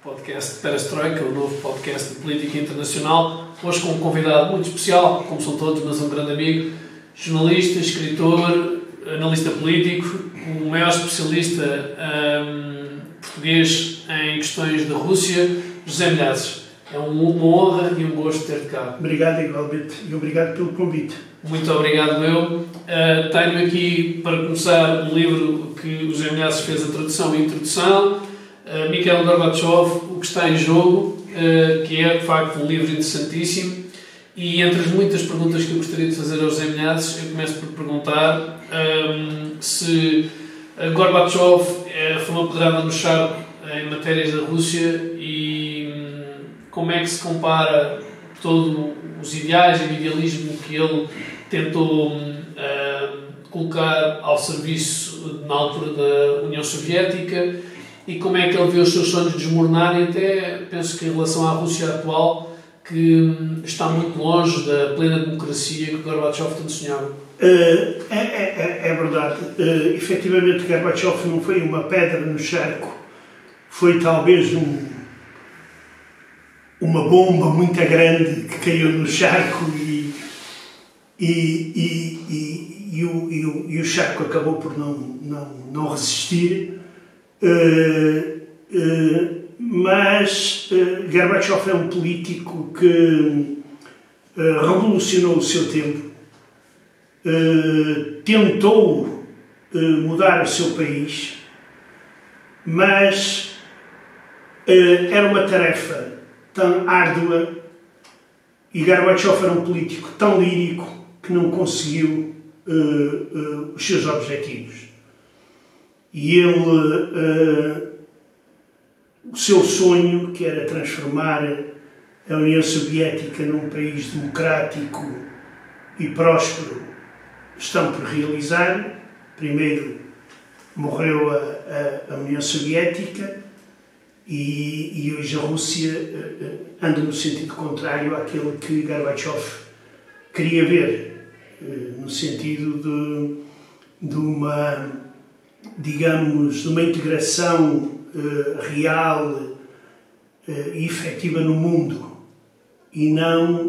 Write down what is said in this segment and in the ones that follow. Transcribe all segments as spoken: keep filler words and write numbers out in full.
podcast Perestroika, o novo podcast de política internacional. Hoje com um convidado muito especial, como são todos, mas um grande amigo, jornalista, escritor, analista político, o maior especialista um, português em questões da Rússia, José Milhazes. É uma honra e um gosto ter-te cá. Obrigado, igualmente, e obrigado pelo convite. Muito obrigado, eu. Uh, tenho aqui, para começar, um livro que o José Milhazes fez a tradução e a introdução, uh, Mikhail Gorbachev, O que está em jogo, uh, que é, de facto, um livro interessantíssimo. E entre as muitas perguntas que eu gostaria de fazer ao José Milhazes, eu começo por perguntar um, se Gorbachev uh, foi uma pedrada no charco em matérias da Rússia e um, como é que se compara todos os ideais e o idealismo que ele tentou uh, colocar ao serviço na altura da União Soviética e como é que ele vê os seus sonhos desmoronarem, até penso que em relação à Rússia atual, que um, está muito longe da plena democracia que Gorbachev tanto sonhava. Uh, é, é, é verdade. Uh, efetivamente, Gorbachev não foi uma pedra no charco, foi talvez um, uma bomba muito grande que caiu no charco e, e, e, e, e, o, e, o, e o charco acabou por não, não, não resistir. Uh, uh, mas uh, Gorbachev é um político que uh, revolucionou o seu tempo, uh, tentou uh, mudar o seu país, mas uh, era uma tarefa tão árdua e Gorbachev era um político tão lírico que não conseguiu uh, uh, os seus objetivos. E ele, uh, o seu sonho, que era transformar a União Soviética num país democrático e próspero, estão por realizar. Primeiro morreu a, a, a União Soviética e, e hoje a Rússia uh, anda no sentido contrário àquele que Gorbachev queria ver, uh, no sentido de, de uma, digamos, de uma integração uh, real uh, e efetiva no mundo e não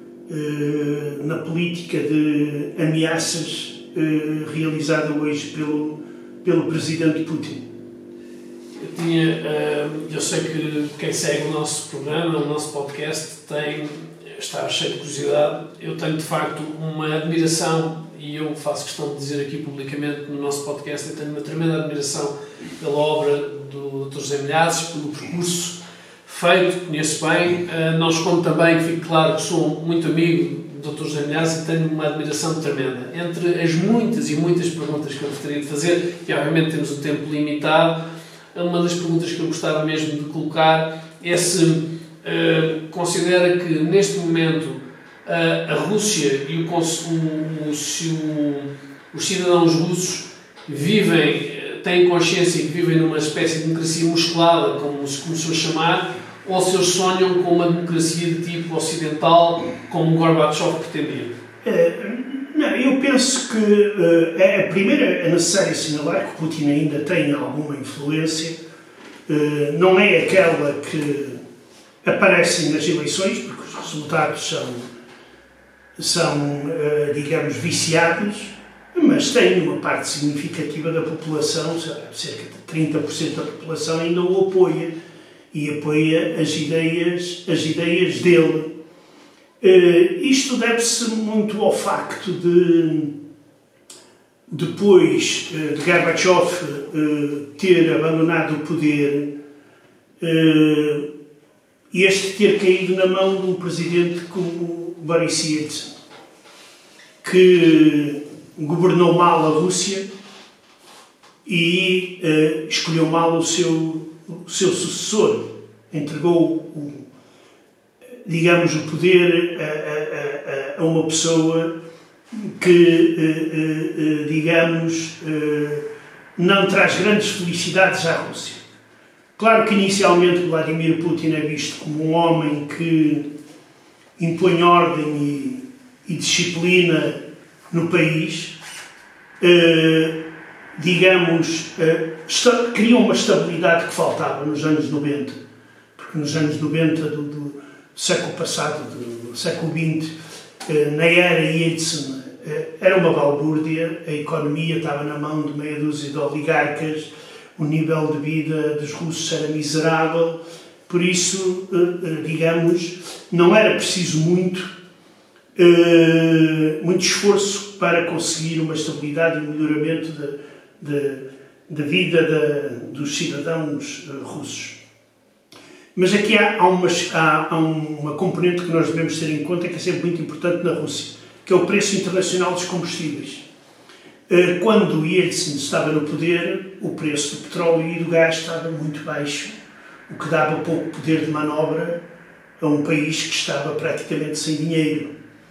uh, na política de ameaças uh, realizada hoje pelo, pelo presidente Putin. Eu, tinha, eu sei que quem segue o nosso programa, o nosso podcast, tem, está cheio de curiosidade. Eu tenho, de facto, uma admiração, e eu faço questão de dizer aqui publicamente no nosso podcast, eu tenho uma tremenda admiração pela obra do doutor José Milhazes, pelo percurso feito, conheço bem. Não escondo também, que fique claro que sou muito amigo do doutor José Milhazes e tenho uma admiração tremenda. Entre as muitas e muitas perguntas que eu gostaria de fazer, e obviamente temos um tempo limitado, uma das perguntas que eu gostava mesmo de colocar é se uh, considera que neste momento uh, a Rússia e o, o, o, se o, os cidadãos russos vivem, têm consciência que vivem numa espécie de democracia musculada, como se começou a chamar, ou se eles sonham com uma democracia de tipo ocidental, como Gorbachev pretendia? É, não, eu penso que uh, é, primeiro é necessário assinalar que Putin ainda tem alguma influência, uh, não é aquela que aparece nas eleições, porque os resultados são, são uh, digamos, viciados, mas tem uma parte significativa da população, cerca de trinta por cento da população ainda o apoia e apoia as ideias, as ideias dele. Uh, isto deve-se muito ao facto de, depois uh, de Gorbachev uh, ter abandonado o poder, uh, este ter caído na mão de um presidente como Boris Yeltsin, que governou mal a Rússia e uh, escolheu mal o seu, o seu sucessor, entregou o digamos, o poder a, a, a uma pessoa que, digamos, não traz grandes felicidades à Rússia. Claro que inicialmente Vladimir Putin é visto como um homem que impõe ordem e, e disciplina no país, digamos, cria uma estabilidade que faltava nos anos noventa. nos anos noventa do, do século passado, do século vinte, na era Yeltsin, era uma balbúrdia, a economia estava na mão de meia dúzia de oligarcas, o nível de vida dos russos era miserável, por isso, digamos, não era preciso muito, muito esforço para conseguir uma estabilidade e um melhoramento da vida de, dos cidadãos russos. Mas aqui há, há, umas, há, há uma componente que nós devemos ter em conta, que é sempre muito importante na Rússia, que é o preço internacional dos combustíveis. Quando Yeltsin estava no poder, o preço do petróleo e do gás estava muito baixo, o que dava pouco poder de manobra a um país que estava praticamente sem dinheiro.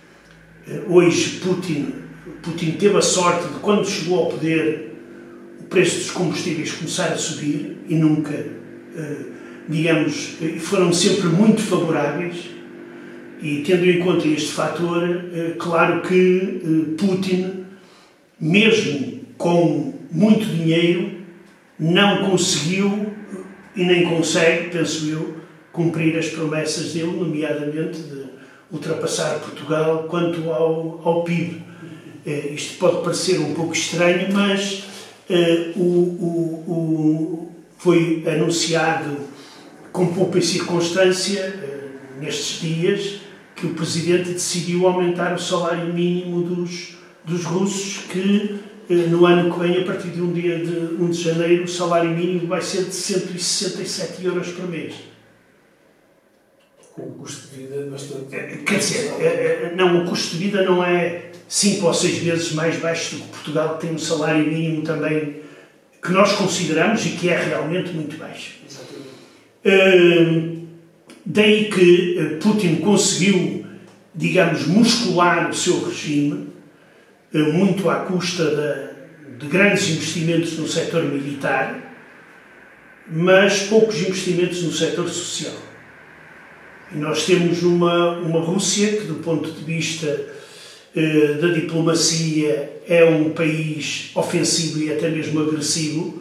Hoje, Putin, Putin teve a sorte de, quando chegou ao poder, o preço dos combustíveis começar a subir e nunca, digamos, foram sempre muito favoráveis. E tendo em conta este fator, claro que Putin, mesmo com muito dinheiro, não conseguiu e nem consegue, penso eu, cumprir as promessas dele, nomeadamente de ultrapassar Portugal quanto ao, ao P I B. Eh, isto pode parecer um pouco estranho, mas eh, o, o, o, foi anunciado com pouca circunstância, eh, nestes dias, que o Presidente decidiu aumentar o salário mínimo dos, dos russos, que eh, no ano que vem, a partir de um dia de um de janeiro, o salário mínimo vai ser de cento e sessenta e sete euros por mês. Com um custo de vida bastante... Quer dizer, não, o custo de vida não é cinco ou seis vezes mais baixo do que Portugal, que tem um salário mínimo também que nós consideramos e que é realmente muito baixo. Exatamente. Daí que Putin conseguiu, digamos, muscular o seu regime, muito à custa de, de grandes investimentos no setor militar, mas poucos investimentos no setor social. E nós temos uma, uma Rússia que, do ponto de vista eh, da diplomacia, é um país ofensivo e até mesmo agressivo,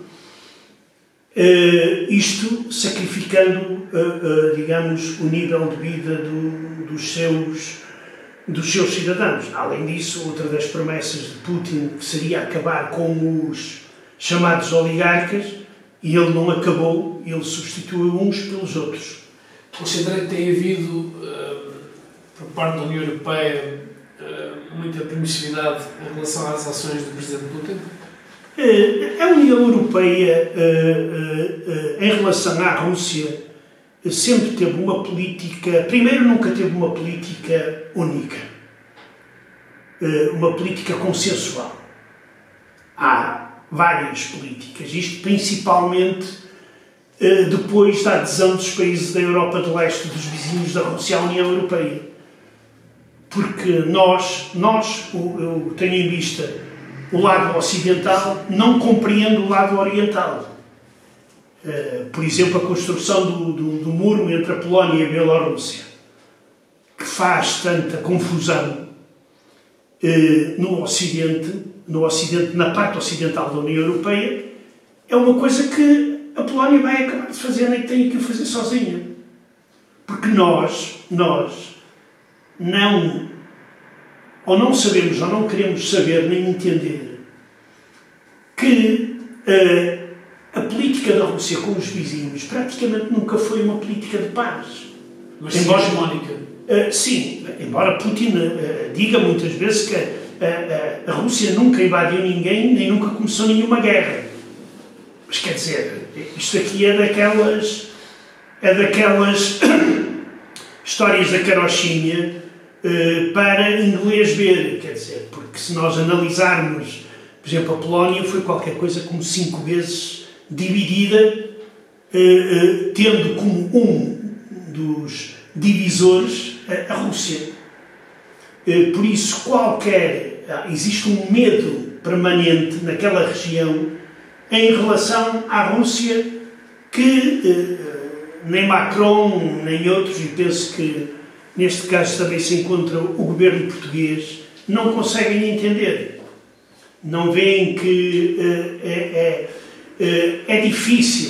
eh, isto sacrificando, eh, eh, digamos, o nível de vida do, dos, seus, dos seus cidadãos. Além disso, outra das promessas de Putin que seria acabar com os chamados oligarcas, e ele não acabou, ele substituiu uns pelos outros. Considera que tem havido, uh, por parte da União Europeia, uh, muita permissividade em relação às ações do Presidente Putin? A União Europeia, uh, uh, uh, em relação à Rússia, sempre teve uma política... Primeiro, nunca teve uma política única. Uh, uma política consensual. Há várias políticas. Isto principalmente... depois da adesão dos países da Europa do Leste, dos vizinhos da Rússia à União Europeia. Porque nós, nós, eu tenho em vista o lado ocidental, não compreendo o lado oriental. Por exemplo, a construção do, do, do muro entre a Polónia e a Bielorrússia, que faz tanta confusão no Ocidente, no Ocidente, na parte ocidental da União Europeia, é uma coisa que a Polónia vai acabar de fazer, nem tem que o fazer sozinha. Porque nós, nós, não, ou não sabemos, ou não queremos saber, nem entender, que uh, a política da Rússia com os vizinhos praticamente nunca foi uma política de paz. Mas embora hegemónica. Uh, sim, embora Putin uh, diga muitas vezes que uh, uh, a Rússia nunca invadiu ninguém, nem nunca começou nenhuma guerra. Mas quer dizer, isto aqui é daquelas, é daquelas histórias da carochinha uh, para inglês ver, quer dizer, porque se nós analisarmos, por exemplo, a Polónia foi qualquer coisa como cinco vezes dividida, uh, uh, tendo como um dos divisores uh, a Rússia. Uh, por isso, qualquer, uh, existe um medo permanente naquela região em relação à Rússia, que eh, nem Macron, nem outros, e penso que neste caso também se encontra o governo português, não conseguem entender. Não veem que eh, é, é, é difícil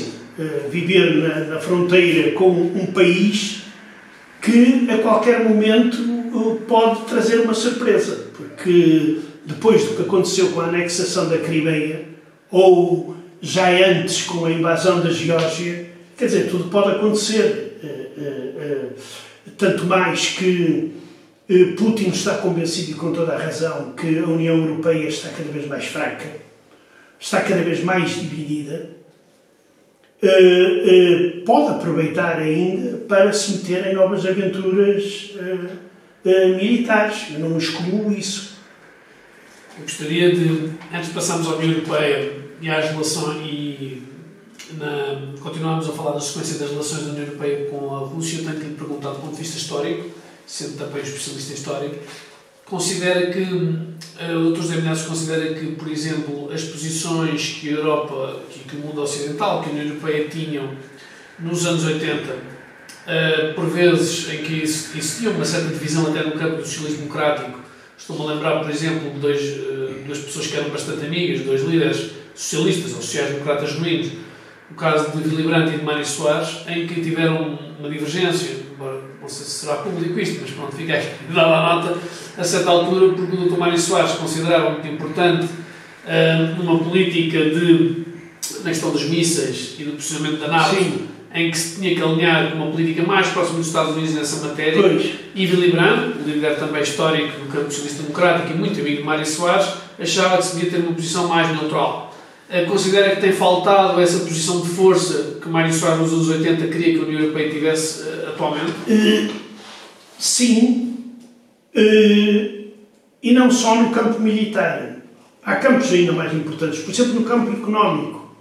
uh, viver na, na fronteira com um país que a qualquer momento uh, pode trazer uma surpresa, porque depois do que aconteceu com a anexação da Crimeia, ou já antes com a invasão da Geórgia, quer dizer, tudo pode acontecer. Uh, uh, uh, tanto mais que uh, Putin está convencido, e com toda a razão, que a União Europeia está cada vez mais fraca, está cada vez mais dividida, uh, uh, pode aproveitar ainda para se meter em novas aventuras uh, uh, militares. Eu não excluo isso. Eu gostaria de, antes de passarmos à União Europeia e às relações, e na, continuarmos a falar da sequência das relações da União Europeia com a Rússia, eu tenho que lhe perguntar, do ponto de vista histórico, sendo também um especialista histórico, considera que, o doutor José Milhazes considera que, por exemplo, as posições que a Europa, que, que o mundo ocidental, que a União Europeia tinham nos anos oitenta, uh, por vezes em que existia uma certa divisão até no campo do socialismo democrático. Estou-me a lembrar, por exemplo, de dois, uh, duas pessoas que eram bastante amigas, dois líderes socialistas ou sociais-democratas genuínos, o caso de Willy Brandt e de Mário Soares, em que tiveram uma divergência, embora não sei se será público isto, mas pronto, fica aqui dada a nota, a certa altura, porque o doutor Mário Soares considerava muito importante uh, uma política de, na questão dos mísseis e do posicionamento da NATO, sim, em que se tinha que alinhar com uma política mais próxima dos Estados Unidos nessa matéria. Pois. E Willy Brandt, o líder também histórico do campo socialista democrático e muito amigo de Mário Soares, achava que se devia ter uma posição mais neutral. Considera que tem faltado essa posição de força que Mário Soares nos anos oitenta queria que a União Europeia tivesse uh, atualmente? Uh, sim. Uh, e não só no campo militar. Há campos ainda mais importantes. Por exemplo, no campo económico.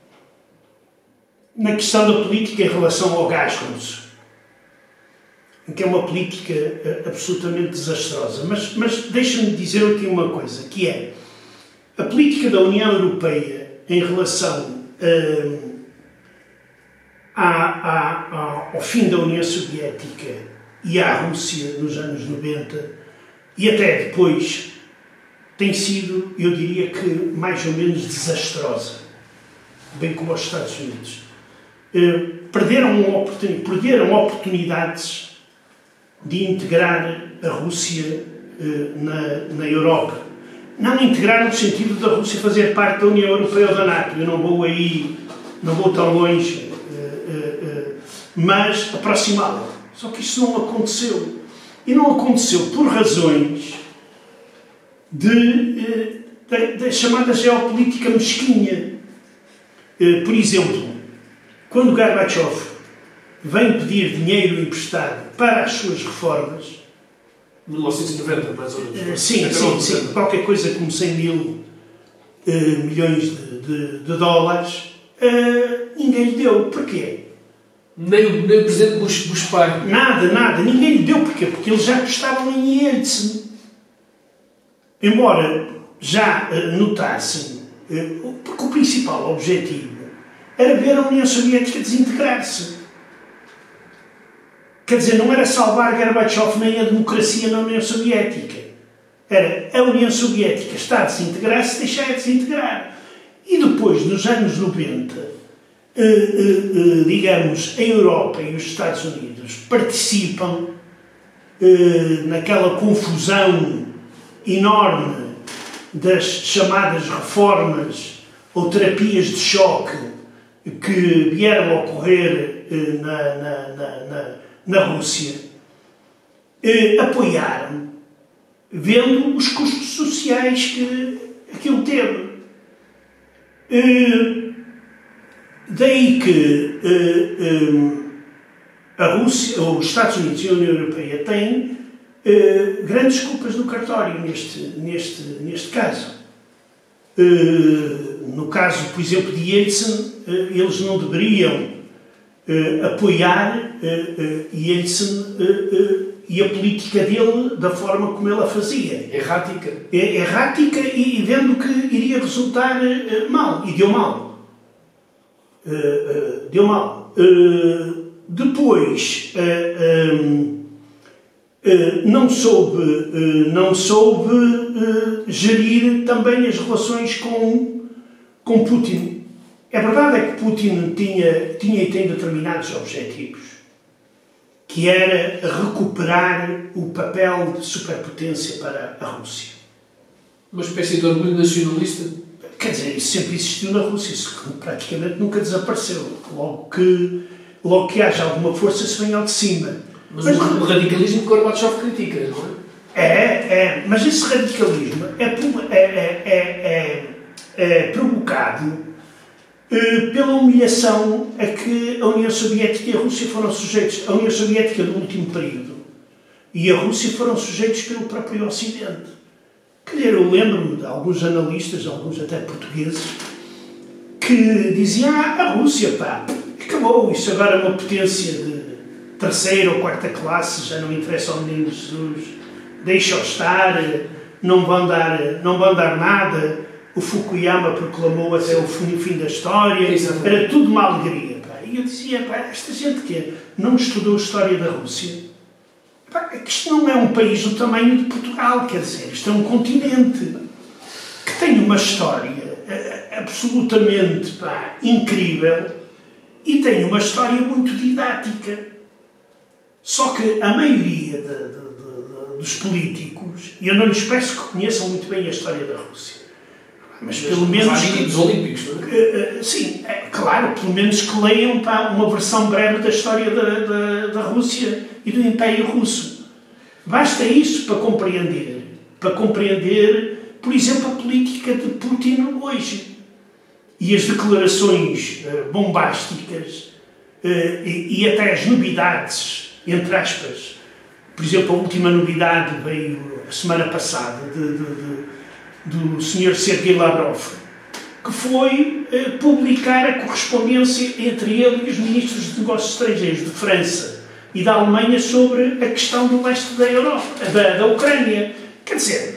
Na questão da política em relação ao gás russo. Que é uma política uh, absolutamente desastrosa. Mas, mas deixa-me dizer aqui uma coisa, que é a política da União Europeia em relação uh, à, à, ao fim da União Soviética e à Rússia nos anos noventa e até depois tem sido, eu diria que, mais ou menos desastrosa, bem como os Estados Unidos. Uh, perderam, oportun, perderam oportunidades de integrar a Rússia uh, na, na Europa. Não integrar no sentido da Rússia fazer parte da União Europeia ou da NATO. Eu não vou aí, não vou tão longe, uh, uh, uh, mas aproximá-la. Só que isso não aconteceu. E não aconteceu por razões de, uh, da, da chamada geopolítica mesquinha. Uh, por exemplo, quando Gorbachev vem pedir dinheiro emprestado para as suas reformas, mil novecentos e noventa, mais ou menos. Sim, sim, sim. Qualquer coisa como cem mil uh, milhões de, de, de dólares, uh, ninguém lhe deu. Porquê? Nem, nem o presidente Bush, Bush pai. Nada, nada. Ninguém lhe deu. Porquê? Porque eles já gostavam em Yeltsin. Embora já uh, notassem, uh, porque o principal objetivo era ver a União Soviética desintegrar-se. Quer dizer, não era salvar Gorbachev nem a democracia na União Soviética. Era a União Soviética está a desintegrar-se, deixar de desintegrar. E depois, nos anos noventa, eh, eh, digamos, a Europa e os Estados Unidos participam eh, naquela confusão enorme das chamadas reformas ou terapias de choque que vieram a ocorrer eh, na, na, na, na na Rússia, eh, apoiaram, vendo os custos sociais que aquilo teve. Eh, daí que eh, eh, a Rússia, ou os Estados Unidos e a União Europeia têm eh, grandes culpas no cartório neste, neste, neste caso. Eh, no caso, por exemplo, de Yeltsin, eh, eles não deveriam Uh, apoiar uh, uh, Yeltsin uh, uh, e a política dele da forma como ele a fazia. Errática. É, errática e, e vendo que iria resultar uh, mal. E deu mal. Uh, uh, deu mal. Uh, depois, uh, um, uh, não soube, uh, não soube uh, gerir também as relações com, com Putin. É verdade é que Putin tinha, tinha e tem determinados objetivos, que era recuperar o papel de superpotência para a Rússia. Uma espécie de orgulho nacionalista? Quer dizer, isso sempre existiu na Rússia, isso praticamente nunca desapareceu. Logo que, logo que haja alguma força, se vem ao de cima. Mas, mas o radicalismo que Gorbachev critica, não é? É, é, mas esse radicalismo é, é, é, é, é provocado eh, pela humilhação a que a União Soviética e a Rússia foram sujeitos. A União Soviética do último período e a Rússia foram sujeitos pelo próprio Ocidente. Quer dizer, eu lembro-me de alguns analistas, alguns até portugueses, que diziam, ah, a Rússia, pá, acabou, isso agora é uma potência de terceira ou quarta classe, já não interessa ao menino Jesus, deixa-o estar, não vão dar, não vão dar nada, o Fukuyama proclamou até o fim da história, Exatamente. Era tudo uma alegria, pá. E eu dizia, pá, esta gente que não estudou a história da Rússia, é que isto não é um país do tamanho de Portugal, quer dizer, isto é um continente que tem uma história uh, absolutamente pá, incrível e tem uma história muito didática. Só que a maioria de, de, de, de, dos políticos, e eu não lhes peço que conheçam muito bem a história da Rússia, mas pelo menos... Que, dos Olímpicos, não é? Uh, uh, sim, é, claro, pelo menos que leiam pá, uma versão breve da história da, da, da Rússia e do Império Russo. Basta isso para compreender, para compreender, por exemplo, a política de Putin hoje. E as declarações uh, bombásticas uh, e, e até as novidades, entre aspas. Por exemplo, a última novidade veio a semana passada de, de, de, do senhor Sergei Lavrov, que foi uh, publicar a correspondência entre ele e os ministros de negócios estrangeiros de França e da Alemanha sobre a questão do leste da Europa, da, da Ucrânia. Quer dizer,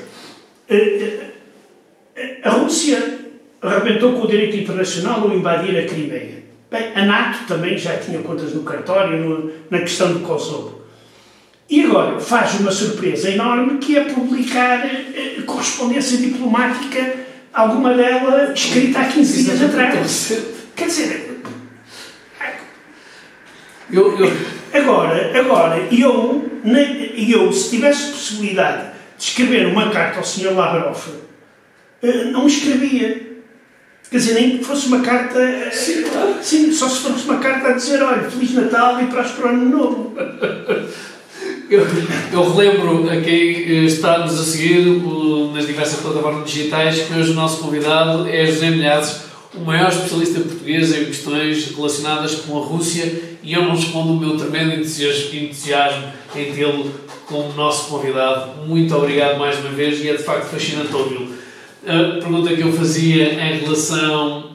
a Rússia arrebentou com o direito internacional ao invadir a Crimeia. Bem, a NATO também já tinha contas no cartório no, na questão do Kosovo. E agora faz uma surpresa enorme, que é publicar a correspondência diplomática, alguma dela escrita há quinze dias atrás. Quer dizer... Eu... eu... Agora, agora eu, eu, se tivesse possibilidade de escrever uma carta ao senhor Lavrov, não escrevia. Quer dizer, nem que fosse uma carta... Sim, claro. Sim, só se fosse uma carta a dizer, olha, Feliz Natal e próspero Ano Novo. Eu, eu relembro a quem está-nos a seguir nas diversas plataformas digitais que hoje o nosso convidado é José Milhazes, o maior especialista português em questões relacionadas com a Rússia, e eu não escondo o meu tremendo entusiasmo em tê-lo como nosso convidado. Muito obrigado mais uma vez, e é de facto fascinante ouvi-lo. A pergunta que eu fazia em relação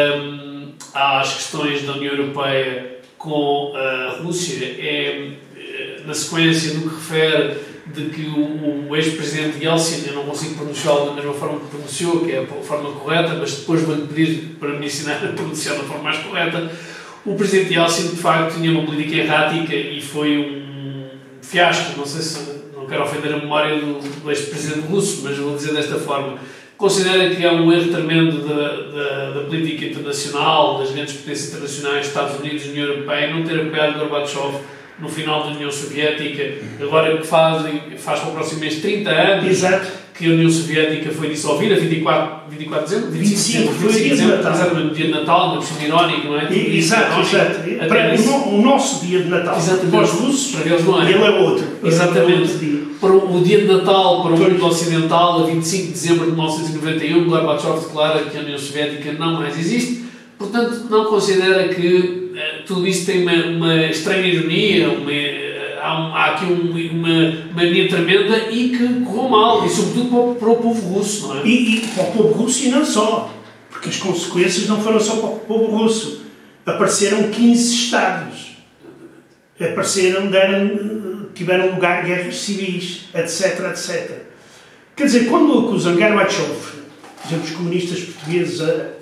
um, às questões da União Europeia com a Rússia é, na sequência do que refere de que o, o ex-presidente Yeltsin, eu não consigo pronunciá-lo da mesma forma que pronunciou, que é a forma correta, mas depois vou-lhe pedir para me ensinar a pronunciar da forma mais correta. O presidente Yeltsin, de facto, tinha uma política errática e foi um fiasco. Não sei se, não quero ofender a memória do, do ex-presidente russo, mas vou dizer desta forma. Considera que é um erro tremendo da, da, da política internacional, das grandes potências internacionais, Estados Unidos e União Europeia, não ter apoiado Gorbachev no final da União Soviética, agora que fazem, faz para o próximo mês trinta anos. Exato. Que a União Soviética foi dissolvida, vinte e quatro de dezembro, vinte e cinco, foi o dia de Natal. Exatamente, dia de Natal, na questão irónica, não é? E, exato, exato. Para o, o nosso dia de Natal, exatamente. Para os russos, para eles não é. Ele é outro. Exatamente. É outro dia. Para o dia de Natal, para o mundo ocidental, a vinte e cinco de dezembro de mil novecentos e noventa e um, Gorbachev declara que a União Soviética não mais existe. Portanto, não considera que uh, tudo isso tem uma, uma estranha ironia, uma, uh, há, um, há aqui um, uma mania tremenda e que correu mal, e sobretudo para o, para o povo russo, não é? E, e para o povo russo e não só, porque as consequências não foram só para o povo russo. Apareceram quinze Estados. Apareceram, deram, tiveram lugar guerras civis, etc, etcétera. Quer dizer, quando acusam Gorbachev, por exemplo, os comunistas portugueses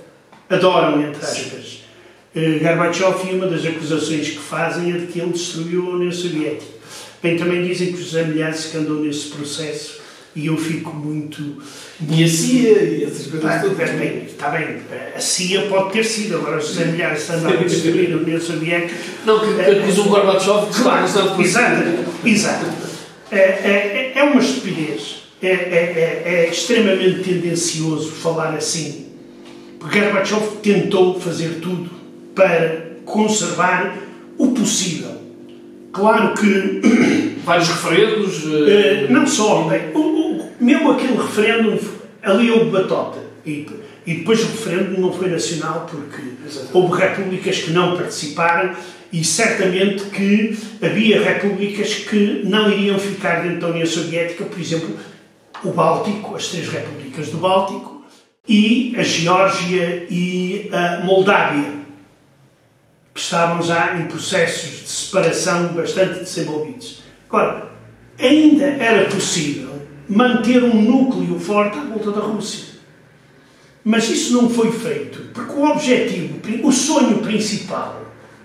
adoram, entre aspas, Gorbachev, e uma das acusações que fazem é de que ele destruiu a União Soviética. Bem, também dizem que o José Milhazes, que andou nesse processo, e eu fico muito... E a C I A e essas coisas Ah, todas. bem, está bem, a C I A pode ter sido, agora os José Milhares andaram a destruir a União Soviética. Não, que, que acusou o Gorbachev de Claro, estar por exato, exato. É, é, é uma estupidez, é, é, é, é extremamente tendencioso falar assim, porque Gorbachev tentou fazer tudo para conservar o possível. Claro que... Vários referendos... Uh, não só, bem, o, o, mesmo aquele referendo, ali houve batota. E, e depois o referendo não foi nacional porque Exatamente. Houve repúblicas que não participaram e certamente que havia repúblicas que não iriam ficar dentro da União Soviética, por exemplo, o Báltico, as três repúblicas do Báltico, e a Geórgia e a Moldávia, que estavam já em processos de separação bastante desenvolvidos. Agora, ainda era possível manter um núcleo forte à volta da Rússia. Mas isso não foi feito, porque o objetivo, o sonho principal,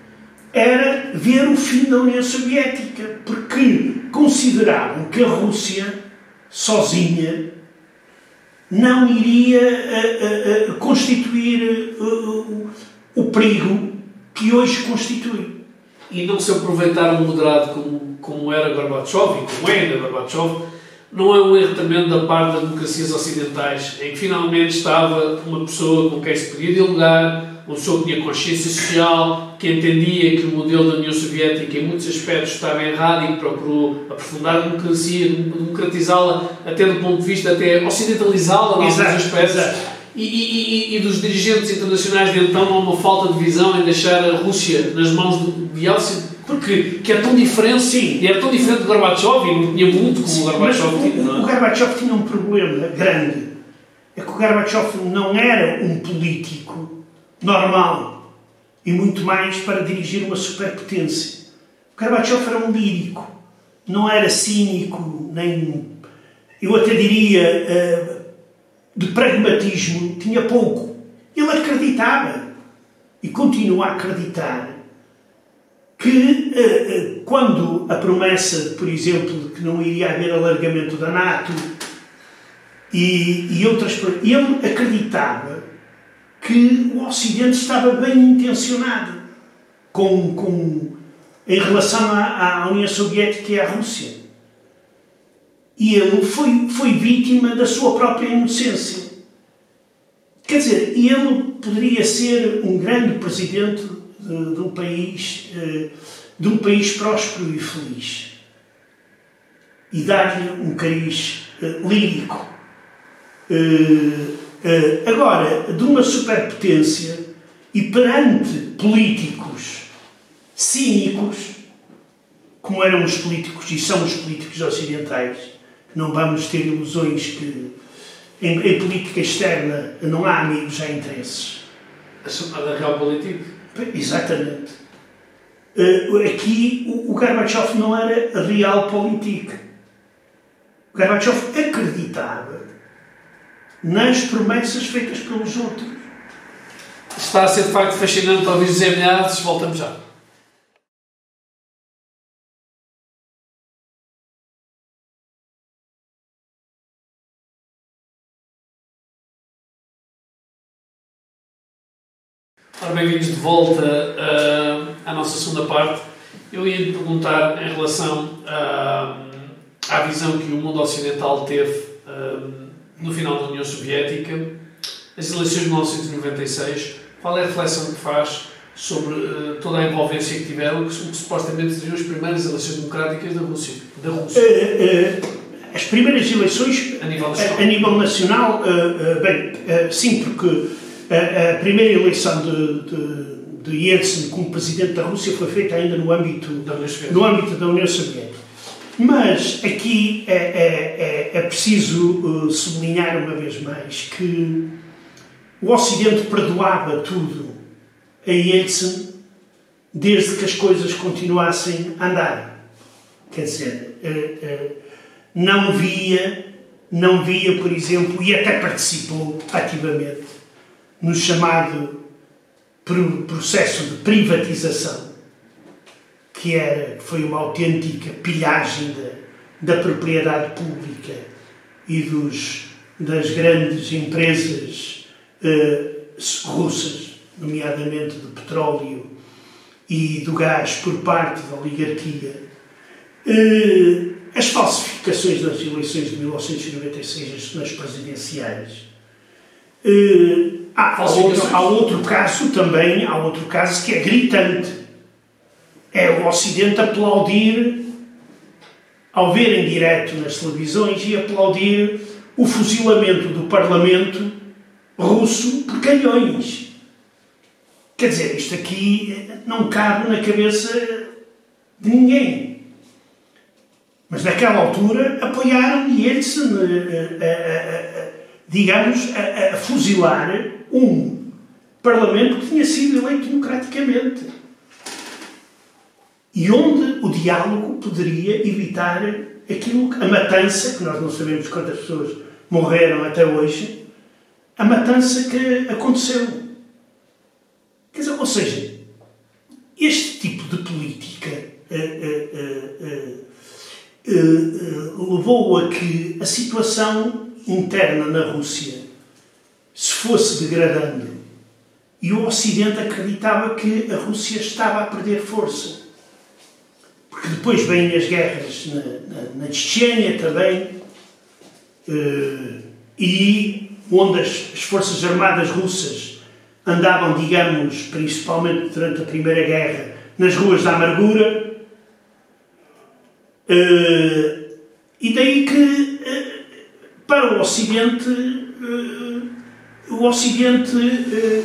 era ver o fim da União Soviética, porque consideravam que a Rússia, sozinha, não iria uh, uh, uh, constituir uh, uh, o perigo que hoje constitui. E não se aproveitar um moderado como, como era Gorbachev, e como é ainda Gorbachev, não é um erro também da parte das democracias ocidentais, em que finalmente estava uma pessoa com quem se podia dialogar, uma pessoa que tinha consciência social, que entendia que o modelo da União Soviética em muitos aspectos estava errado e que procurou aprofundar a democracia, democratizá-la até do ponto de vista, até ocidentalizá-la em alguns aspectos. E, e, e, e dos dirigentes internacionais de então há uma falta de visão em deixar a Rússia nas mãos de Yeltsin, porque que é tão diferente, sim, e era tão diferente de Gorbachev e não tinha muito como o Gorbachev tinha. O, o Gorbachev tinha um problema grande, é que o Gorbachev não era um político normal e muito mais para dirigir uma superpotência. O Gorbachev era um lírico, não era cínico, nem, eu até diria, uh, de pragmatismo, tinha pouco. Ele acreditava e continua a acreditar que uh, uh, quando a promessa, por exemplo, de que não iria haver alargamento da NATO e, e outras coisas, ele acreditava que o Ocidente estava bem intencionado com, com, em relação à, à União Soviética e à Rússia. E ele foi, foi vítima da sua própria inocência. Quer dizer, ele poderia ser um grande presidente de, de um país, de um país próspero e feliz. E dar-lhe um cariz lírico. Agora, de uma superpotência e perante políticos cínicos, como eram os políticos e são os políticos ocidentais, não vamos ter ilusões que em, em política externa não há amigos, há interesses. A chamada realpolitik? Exatamente. Uh, aqui o, o Gorbachev não era realpolitik. O Gorbachev acreditava nas promessas feitas pelos outros. Está a ser de facto fascinante ouvir José Milhares. Voltamos já. Ora, bem-vindos de volta uh, à nossa segunda parte. Eu ia lhe perguntar em relação uh, à visão que o mundo ocidental teve uh, no final da União Soviética, as eleições de mil novecentos e noventa e seis, qual é a reflexão que faz sobre uh, toda a envolvência que tiveram, que, que supostamente seriam as primeiras eleições democráticas da Rússia? Da Rússia. Uh, uh, as primeiras eleições a nível nacional, a, a nível nacional uh, uh, bem, uh, sim, porque a primeira eleição de, de, de Yeltsin como presidente da Rússia foi feita ainda no âmbito da União Soviética. No âmbito da União Soviética. Mas aqui é, é, é, é preciso uh, sublinhar uma vez mais que o Ocidente perdoava tudo a Yeltsin desde que as coisas continuassem a andar. Quer dizer, uh, uh, não via, não via, por exemplo, e até participou ativamente no chamado processo de privatização, que era, foi uma autêntica pilhagem da, da propriedade pública e dos, das grandes empresas uh, russas, nomeadamente do petróleo e do gás por parte da oligarquia, uh, as falsificações das eleições de mil novecentos e noventa e seis nas presidenciais. Uh, há, há, outro, há outro caso também, há outro caso que é gritante. É o Ocidente aplaudir, ao ver em direto nas televisões, e aplaudir o fuzilamento do Parlamento russo por canhões. Quer dizer, isto aqui não cabe na cabeça de ninguém. Mas naquela altura apoiaram Yeltsin, a, a, a, digamos, a, a fuzilar um Parlamento que tinha sido eleito democraticamente. E onde o diálogo poderia evitar aquilo, a matança, que nós não sabemos quantas pessoas morreram até hoje, a matança que aconteceu. Quer dizer, ou seja, este tipo de política uh, uh, uh, uh, uh, levou a que a situação interna na Rússia se fosse degradando e o Ocidente acreditava que a Rússia estava a perder força. Porque depois vêm as guerras na, na, na Chechênia também, uh, e onde as, as forças armadas russas andavam, digamos, principalmente durante a Primeira Guerra, nas ruas da amargura. Uh, e daí que, uh, para o Ocidente, uh, o Ocidente uh,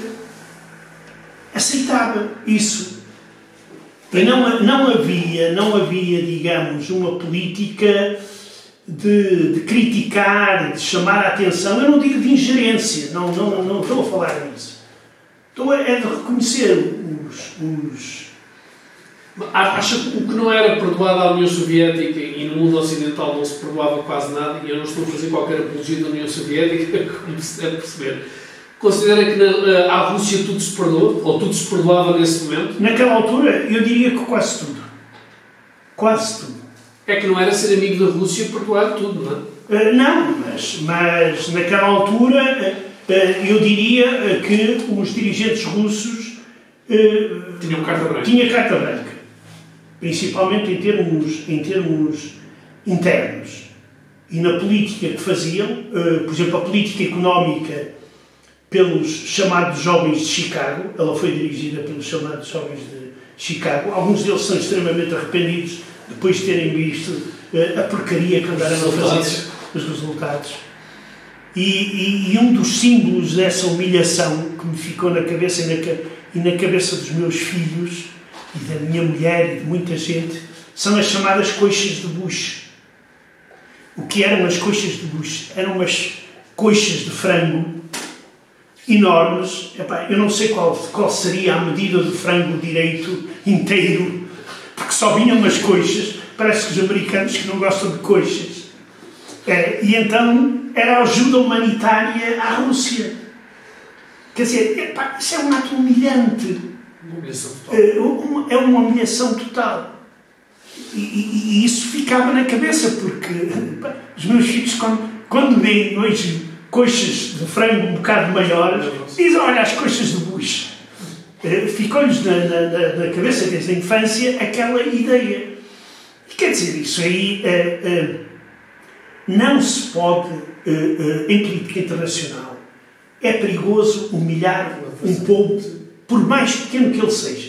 aceitava isso. E não, não, havia, não havia, digamos, uma política de, de criticar, de chamar a atenção. Eu não digo de ingerência, não, não, não estou a falar disso. Estou a, é de reconhecer os... os... Acha que o que não era perdoado à União Soviética e no mundo ocidental não se perdoava quase nada, e eu não estou a fazer qualquer apologia da União Soviética, como se deve perceber. Considera que na, à Rússia tudo se perdoa? Ou tudo se perdoava nesse momento? Naquela altura, eu diria que quase tudo. Quase tudo. É que não era ser amigo da Rússia perdoar tudo, não é? Uh, não, mas, mas naquela altura, uh, eu diria uh, que os dirigentes russos uh, tinham carta branca. Tinha carta branca. Principalmente em termos, em termos internos. E na política que faziam, uh, por exemplo, a política económica pelos chamados jovens de Chicago, ela foi dirigida pelos chamados jovens de Chicago. Alguns deles são extremamente arrependidos depois de terem visto uh, a porcaria que andaram a fazer, os resultados. E, e, e um dos símbolos dessa humilhação que me ficou na cabeça e na, e na cabeça dos meus filhos e da minha mulher e de muita gente são as chamadas coxas de Bush. O que eram as coxas de Bush? Eram umas coxas de frango enormes. Epá, eu não sei qual, qual seria a medida do frango direito inteiro, porque só vinham umas coxas. Parece que os americanos que não gostam de coxas. É, e então era a ajuda humanitária à Rússia. Quer dizer, epá, isso é um ato humilhante. Uma humilhação total. É uma, é uma humilhação total. E, e, e isso ficava na cabeça, porque epá, os meus filhos, quando, quando veem hoje coxas de frango um bocado maiores, dizem, olha, as coxas de Bush. Ficou-lhes na, na, na cabeça desde a infância aquela ideia. E quer dizer, isso aí uh, uh, não se pode, uh, uh, em política internacional, é perigoso humilhar um povo, por mais pequeno que ele seja.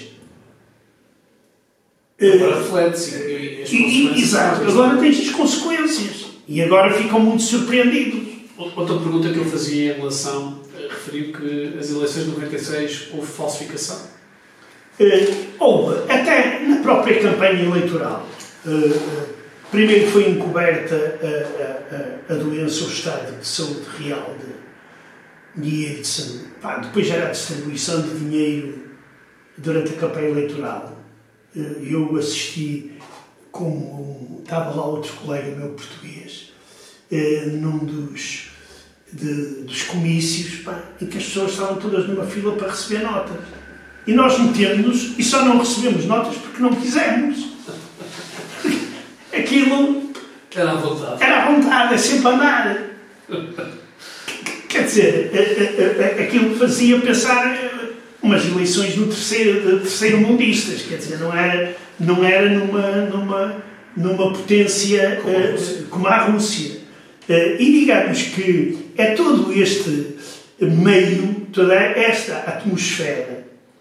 Agora reflete-se. Exato, agora tens as consequências. E agora ficam muito surpreendidos. Outra pergunta que eu fazia em relação, referiu que as eleições de noventa e seis houve falsificação? Uh, houve, até na própria campanha eleitoral. Uh, uh, primeiro foi encoberta a, a, a, a doença, o estado de saúde real de, de Yeltsin. Pá, depois era a distribuição de dinheiro durante a campanha eleitoral. Uh, eu assisti, como estava lá outro colega meu português, uh, num dos De, dos comícios, pá, em que as pessoas estavam todas numa fila para receber notas. E nós metemos-nos e só não recebemos notas porque não quisemos. Aquilo Era à vontade. Era à vontade, é sempre andar. Quer dizer, aquilo fazia pensar umas eleições no terceiro, terceiro mundistas, quer dizer, não era, não era numa, numa, numa potência como a Rússia. Como a Rússia. E digamos que é todo este meio, toda esta atmosfera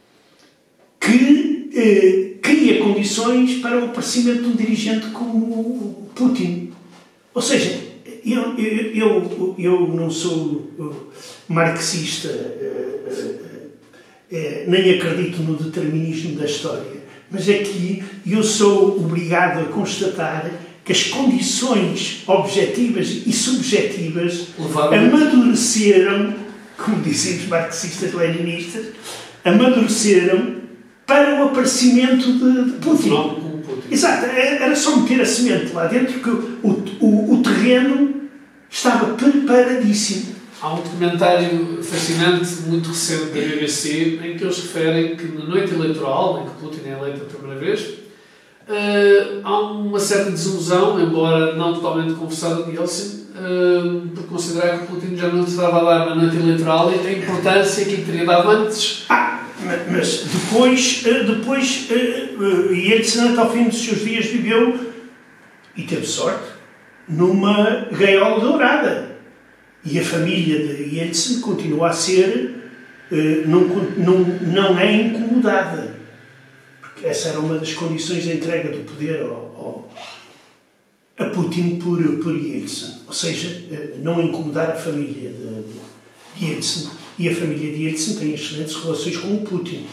que eh, cria condições para o aparecimento de um dirigente como Putin. Ou seja, eu, eu, eu, eu não sou marxista, eh, eh, nem acredito no determinismo da história, mas aqui eu sou obrigado a constatar que as condições objetivas e subjetivas amadureceram, como dizem os marxistas-leninistas, amadureceram para o aparecimento de, de Putin. Putin. Exato, era só meter a semente lá dentro que o, o, o terreno estava preparadíssimo. Há um documentário fascinante, muito recente, da B B C, em que eles referem que na noite eleitoral, em que Putin é eleito pela primeira vez, uh, há uma certa desilusão, embora não totalmente confessada de Yeltsin, uh, por considerar que Putin já não estava a dar na noite eleitoral e a importância que teria dado antes. Ah, mas depois, depois Yeltsin, até ao fim dos seus dias, viveu, e teve sorte, numa gaiola dourada. E a família de Yeltsin continua a ser, não, não, não é incomodada. Porque essa era uma das condições de entrega do poder ao, ao, a Putin por, por Yeltsin. Ou seja, não incomodar a família de, de Yeltsin. E a família de Yeltsin tem excelentes relações com o Putin.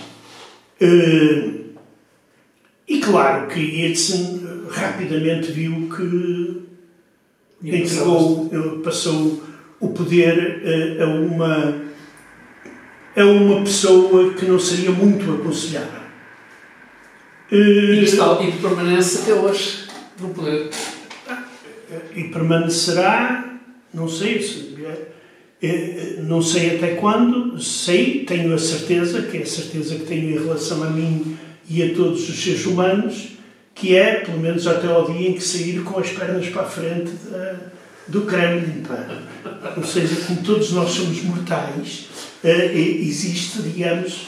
E claro que Yeltsin rapidamente viu que entregou, passou o poder a uma, a uma pessoa que não seria muito aconselhável. E, está, e permanece até hoje no poder. E permanecerá, não sei se... Não sei até quando, sei, tenho a certeza, que é a certeza que tenho em relação a mim e a todos os seres humanos, que é, pelo menos até ao dia em que sair com as pernas para a frente da, do Kremlin. Ou seja, como todos nós somos mortais, existe, digamos,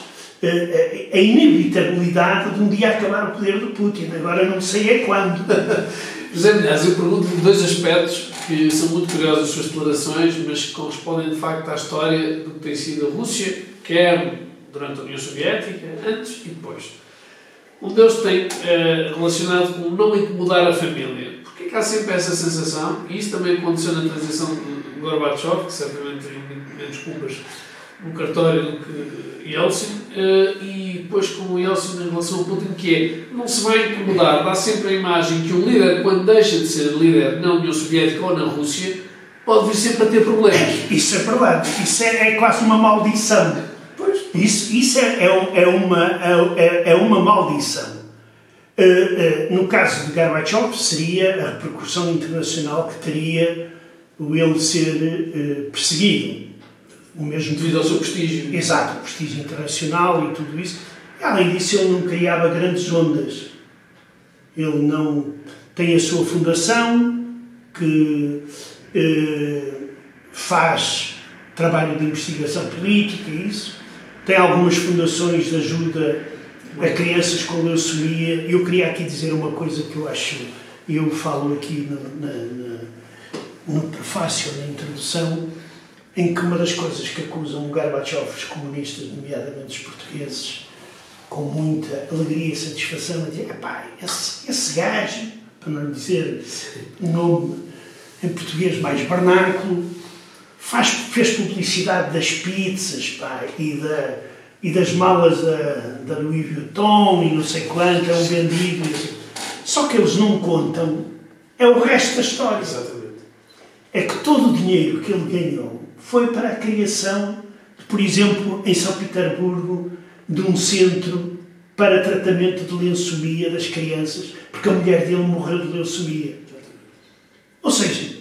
a inevitabilidade de um dia acabar o poder do Putin. Agora não sei é quando. José Milhazes, eu pergunto-lhe dois aspectos que são muito curiosos as suas declarações, mas que correspondem de facto à história do que tem sido a Rússia, quer durante a União Soviética, antes e depois. Um deles tem eh, relacionado com não incomodar a família. Porquê que há sempre essa sensação? E isso também aconteceu na transição de Gorbachev, que certamente tem menos culpas no cartório do que Yeltsin, uh, e depois com o Yeltsin em relação ao Putin, que é, não se vai incomodar, dá sempre a imagem que o líder, quando deixa de ser líder na União Soviética ou na Rússia, pode vir sempre a ter problemas. Isso é verdade, isso é, é quase uma maldição. Pois. Isso, isso é, é, é, uma, é, é uma maldição. Uh, uh, no caso de Gorbachev, seria a repercussão internacional que teria o ele ser uh, perseguido. O mesmo devido ao seu prestígio. Exato, o prestígio internacional e tudo isso. E, além disso, ele não criava grandes ondas. Ele não tem a sua fundação, que eh, faz trabalho de investigação política e isso. Tem algumas fundações de ajuda a crianças com leucemia. Eu queria aqui dizer uma coisa que eu acho, eu falo aqui no, na, na, no prefácio, na introdução, em que uma das coisas que acusam o Gorbachev, os comunistas, nomeadamente os portugueses, com muita alegria e satisfação, é dizer, epá, esse, esse gajo, para não dizer um nome em português mais vernáculo, faz, fez publicidade das pizzas, pá, e, da, e das malas da, da Louis Vuitton e não sei quanto, é um vendido. Só que eles não contam, é o resto da história. Exatamente. É que todo o dinheiro que ele ganhou foi para a criação, por exemplo, em São Petersburgo, de um centro para tratamento de leucemia das crianças, porque a mulher dele morreu de leucemia. Ou seja,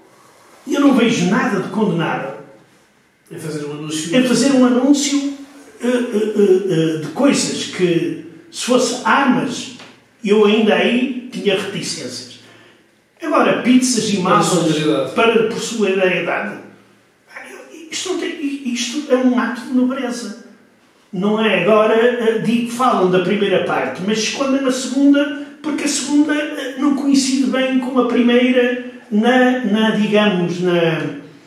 eu não vejo nada de condenável em fazer um anúncio, em fazer um anúncio uh, uh, uh, de coisas que, se fosse armas, eu ainda aí tinha reticências. Agora, pizzas e massas para por solidariedade, isto, não tem, isto é um ato de nobreza. Não é agora, digo, falam da primeira parte, mas escondem a segunda, porque a segunda não coincide bem com a primeira na, na digamos, na,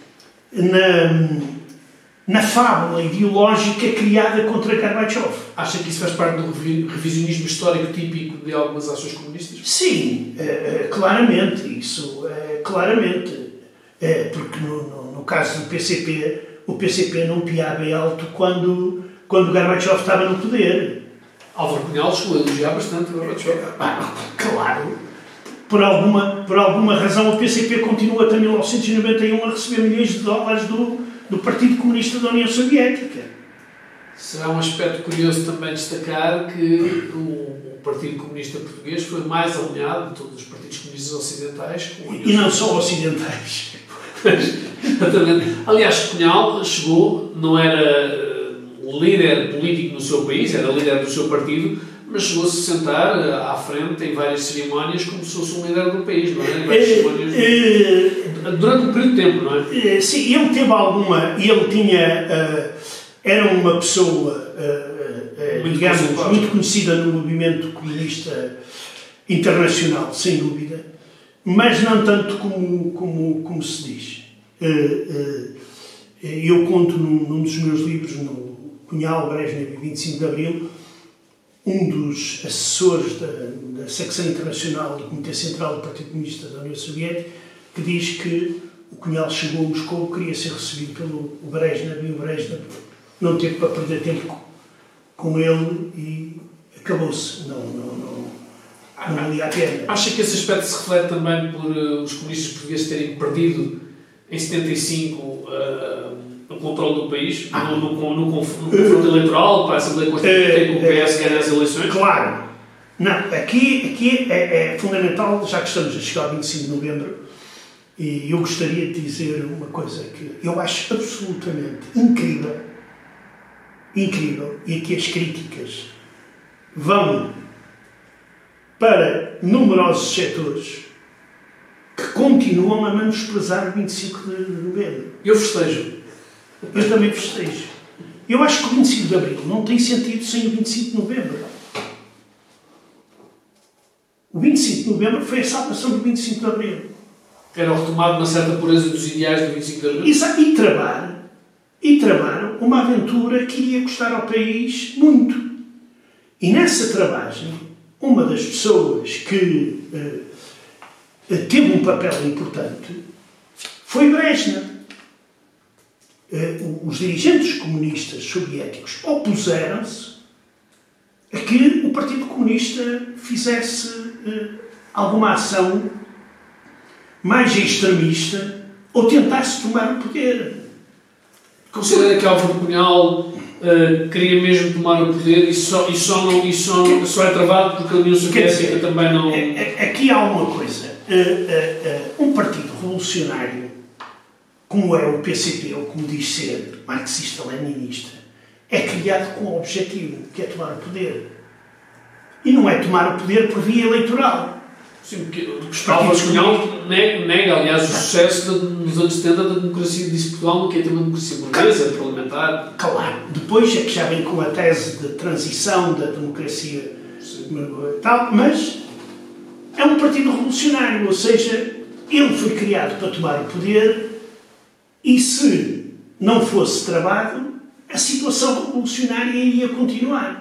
na, na fábula ideológica criada contra Gorbachev. Acha que isso faz parte do revisionismo histórico típico de algumas ações comunistas? Sim, claramente, isso, claramente. Porque no, no, no caso do P C P, o P C P não piava em alto quando... quando Gorbachev estava no poder. Álvaro Cunhal chegou a elogiar bastante Gorbachev. Ah, claro. Por alguma, por alguma razão o P C P continua até mil novecentos e noventa e um a receber milhões de dólares do, do Partido Comunista da União Soviética. Será um aspecto curioso também destacar que o Partido Comunista Português foi mais alinhado de todos os partidos comunistas ocidentais. Com e não só ocidentais. Exatamente. Aliás, Cunhal chegou, não era líder político no seu país, era líder do seu partido, mas chegou-se a sentar à frente em várias cerimónias como se fosse um líder do país, não é? Em várias cerimónias do... durante um período de tempo, não é? Sim, ele teve alguma, ele tinha, uh, era uma pessoa, uh, uh, muito digamos, conceituada. muito conhecida no movimento comunista internacional, sem dúvida, mas não tanto como, como, como se diz. Uh, uh, eu conto num, num dos meus livros, no Cunhal, Brezhnev e vinte e cinco de Abril, um dos assessores da, da secção internacional do Comitê Central do Partido Comunista da União Soviética, que diz que o Cunhal chegou a Moscou, queria ser recebido pelo Brezhnev e o Brezhnev não teve para perder tempo com ele e acabou-se. Não, não, não, não valia a pena. Acha que esse aspecto se reflete também por uh, os comunistas portugueses terem perdido em setenta e cinco uh, o controle do país, ah. no, no, no, no confronto eleitoral, para a Assembleia Constituinte, em que o P S ganha as eleições? Claro. Não, aqui, aqui é, é fundamental, já que estamos a chegar ao vinte e cinco de novembro, e eu gostaria de dizer uma coisa que eu acho absolutamente incrível, incrível, e aqui as críticas vão para numerosos setores que continuam a menosprezar o vinte e cinco de novembro. Eu festejo. Eu também festejo. Eu acho que o vinte e cinco de abril não tem sentido sem o vinte e cinco de novembro. O vinte e cinco de novembro foi a salvação do vinte e cinco de abril. Era o retomado uma certa pureza dos ideais do vinte e cinco de abril? Exato. E travaram, e travaram uma aventura que iria custar ao país muito. E nessa travagem, uma das pessoas que uh, teve um papel importante foi Brezhnev. Uh, os dirigentes comunistas soviéticos opuseram-se a que o Partido Comunista fizesse uh, alguma ação mais extremista ou tentasse tomar o poder. Considera que Álvaro Cunhal uh, queria mesmo tomar o poder e só, e só, não, e só, que, só é travado porque a União Soviética dizer, também não... Aqui há uma coisa. Uh, uh, uh, um partido revolucionário como é o P C P, ou como diz ser marxista-leninista, é criado com um objetivo, que é tomar o poder. E não é tomar o poder por via eleitoral. Sim, porque o Álvaro Cunhal nega, nega, aliás, o sucesso de, nos anos setenta da democracia, disse Portugal, no que é ter uma democracia burguesa, parlamentar. Claro. Depois é que já vem com a tese de transição da democracia tal, mas é um partido revolucionário, ou seja, ele foi criado para tomar o poder e se não fosse travado, a situação revolucionária iria continuar.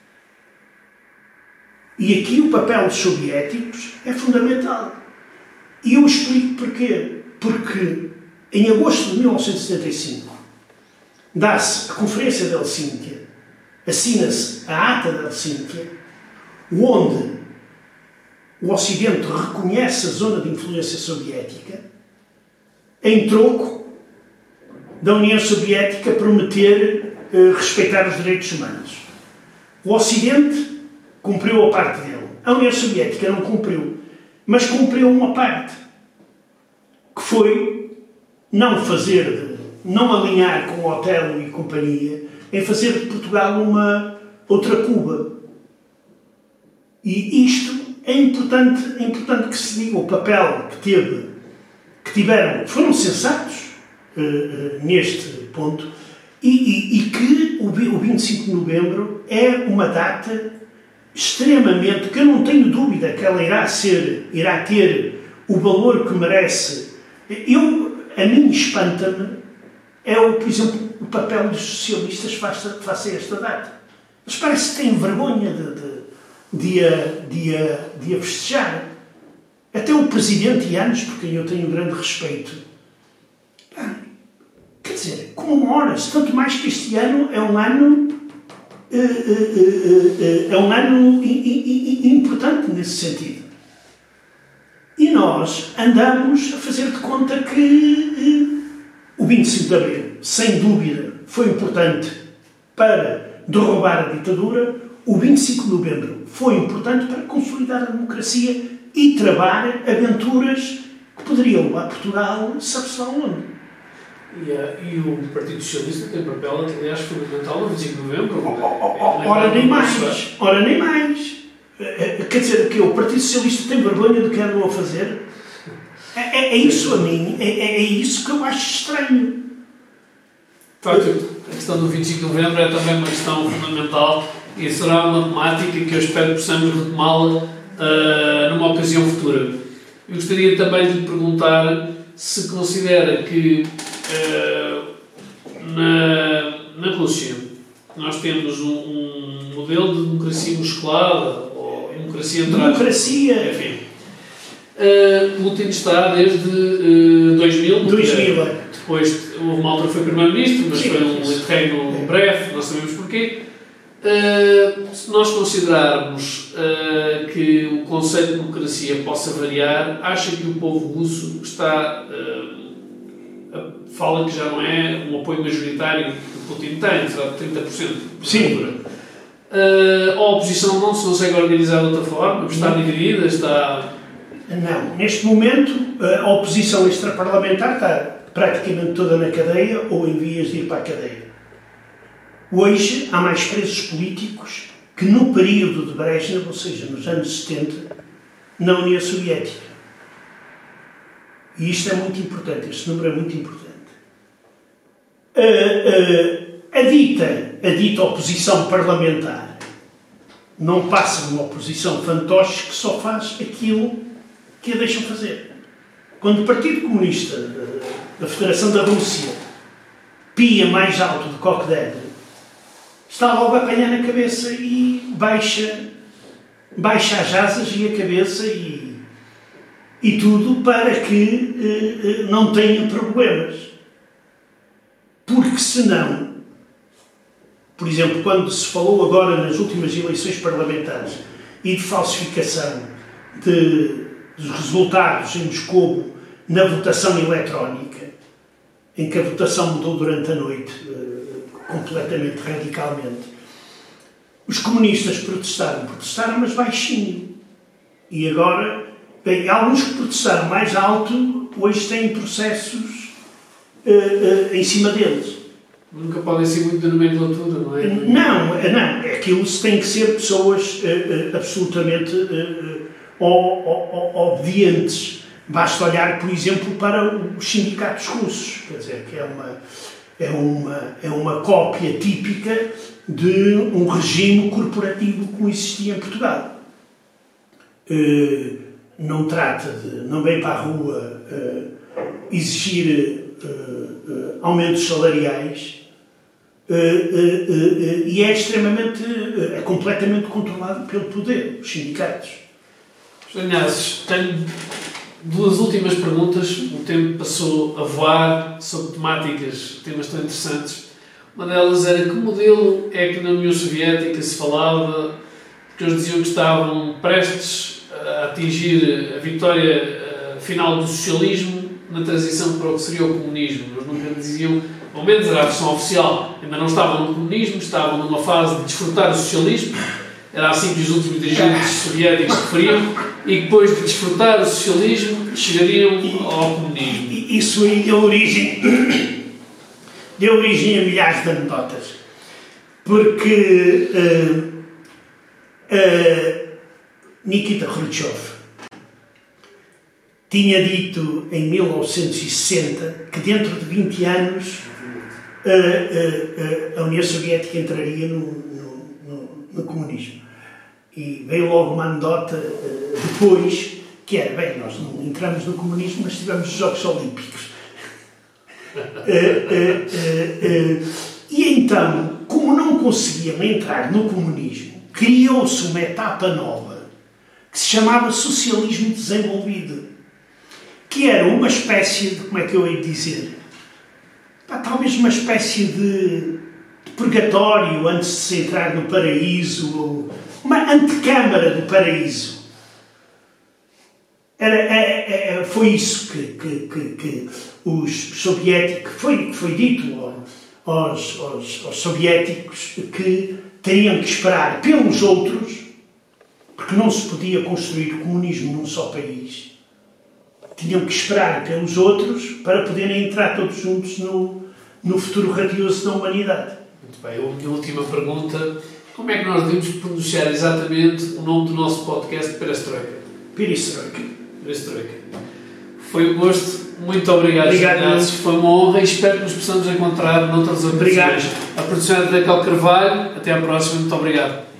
E aqui o papel dos soviéticos é fundamental. E eu explico porquê. Porque em agosto de mil novecentos e setenta e cinco dá-se a Conferência de Helsínquia, assina-se a Ata de Helsínquia, onde o Ocidente reconhece a zona de influência soviética em troco da União Soviética prometer uh, respeitar os direitos humanos. O Ocidente cumpriu a parte dele. A União Soviética não cumpriu, mas cumpriu uma parte, que foi não fazer, não alinhar com o Otelo e companhia, em fazer de Portugal uma outra Cuba. E isto é importante, é importante que se diga o papel que, teve, que tiveram, foram sensatos uh, uh, neste ponto, e, e, e que o, o vinte e cinco de novembro é uma data extremamente, que eu não tenho dúvida que ela irá ser, irá ter o valor que merece. Eu, a mim espanta-me, é, o, por exemplo, o papel dos socialistas face, face a esta data. Eles parece que têm vergonha de, de, de, a, de, a, de a festejar. Até o presidente Yanes, por quem eu tenho grande respeito, pá, quer dizer, comemora-se, tanto mais que este ano é um ano uh, uh, uh, uh, é um ano importante nesse sentido. E nós andamos a fazer de conta que uh, o vinte e cinco de abril, sem dúvida, foi importante para derrubar a ditadura. O vinte e cinco de novembro foi importante para consolidar a democracia e travar aventuras que poderiam levar Portugal, sabe-se lá onde. E, uh, e o Partido Socialista tem papel, aliás, fundamental no vinte e cinco de novembro. Ora, nem mais. Ora, nem mais. Quer dizer, que o Partido Socialista tem vergonha do que andam a fazer? É, é, é isso a mim, é, é isso que eu acho estranho. De facto, a questão do vinte e cinco de novembro é também uma questão fundamental e será uma temática que eu espero que possamos retomá-la uh, numa ocasião futura. Eu gostaria também de lhe perguntar se considera que uh, na, na Rússia nós temos um, um modelo de democracia musculada ou democracia entre democracia, enfim. Uh, Putin está desde uh, dois mil, dois mil. Depois houve uma altura foi primeiro-ministro, mas Sim, foi um reino breve, não sabemos porquê. Uh, se nós considerarmos uh, que o conceito de democracia possa variar, acha que o povo russo está uh, fala que já não é um apoio majoritário que o Putin tem, será de trinta por cento. Sim. Uh, a oposição não se consegue organizar de outra forma, está dividida, está... Não, neste momento a oposição extraparlamentar está praticamente toda na cadeia ou em vias de ir para a cadeia. Hoje há mais presos políticos que no período de Brezhnev, ou seja, nos anos setenta, na União Soviética. E isto é muito importante, este número é muito importante. A, a, a, dita, a dita oposição parlamentar não passa de uma oposição fantoche que só faz aquilo que a deixam fazer. Quando o Partido Comunista da Federação da Rússia pia mais alto do que o que deve, está logo a apanhar na cabeça e baixa, baixa as asas e a cabeça e, e tudo para que eh, não tenha problemas. Porque senão, por exemplo, quando se falou agora nas últimas eleições parlamentares e de falsificação de, dos resultados em Moscovo na votação eletrónica, em que a votação mudou durante a noite, completamente, radicalmente. Os comunistas protestaram, protestaram, mas baixinho. E agora, bem, alguns que protestaram mais alto, hoje têm processos uh, uh, em cima deles. Nunca podem ser muito de nomenclatura, não é? Não, não. Aquilo tem que ser pessoas uh, uh, absolutamente uh, uh, obedientes. Basta olhar, por exemplo, para os sindicatos russos, quer dizer, que é uma... É uma, é uma cópia típica de um regime corporativo como existia em Portugal. Uh, não trata de, não vem para a rua uh, exigir uh, uh, aumentos salariais uh, uh, uh, uh, e é extremamente, uh, é completamente controlado pelo poder, os sindicatos. Senhores, tenho duas últimas perguntas. O tempo passou a voar sobre temáticas, temas tão interessantes. Uma delas era que modelo é que na União Soviética se falava, que eles diziam que estavam prestes a atingir a vitória final do socialismo na transição para o que seria o comunismo. Eles nunca diziam, ao menos era a versão oficial, ainda não estavam no comunismo, estavam numa fase de desfrutar o socialismo. Era assim que os últimos dirigentes soviéticos se referiam, e depois de desfrutar o socialismo, chegariam ao comunismo. Isso aí deu origem, deu origem a milhares de anedotas. Porque uh, uh, Nikita Khrushchev tinha dito em mil novecentos e sessenta que dentro de vinte anos a, a, a União Soviética entraria no, no, no, no comunismo. E veio logo uma anedota depois, que era, bem, nós não entramos no comunismo, mas tivemos os Jogos Olímpicos. uh, uh, uh, uh, e então, como não conseguiam entrar no comunismo, criou-se uma etapa nova que se chamava socialismo desenvolvido, que era uma espécie de, como é que eu hei de dizer, Pá, talvez uma espécie de, de purgatório antes de se entrar no paraíso, ou uma antecâmara do paraíso. Era, é, é, foi isso que, que, que, que os soviéticos, foi, foi dito aos, aos, aos soviéticos que teriam que esperar pelos outros, porque não se podia construir o comunismo num só país. Tinham que esperar pelos outros para poderem entrar todos juntos no, no futuro radioso da humanidade. Muito bem. A minha última pergunta: como é que nós devemos pronunciar exatamente o nome do nosso podcast Perestroika? Perestroika. Perestroika. Foi um gosto. Muito obrigado, obrigado Ignácio. Foi uma honra e espero que nos possamos encontrar noutras ocasiões. Obrigado. A produção é da Raquel Carvalho. Até à próxima. Muito obrigado.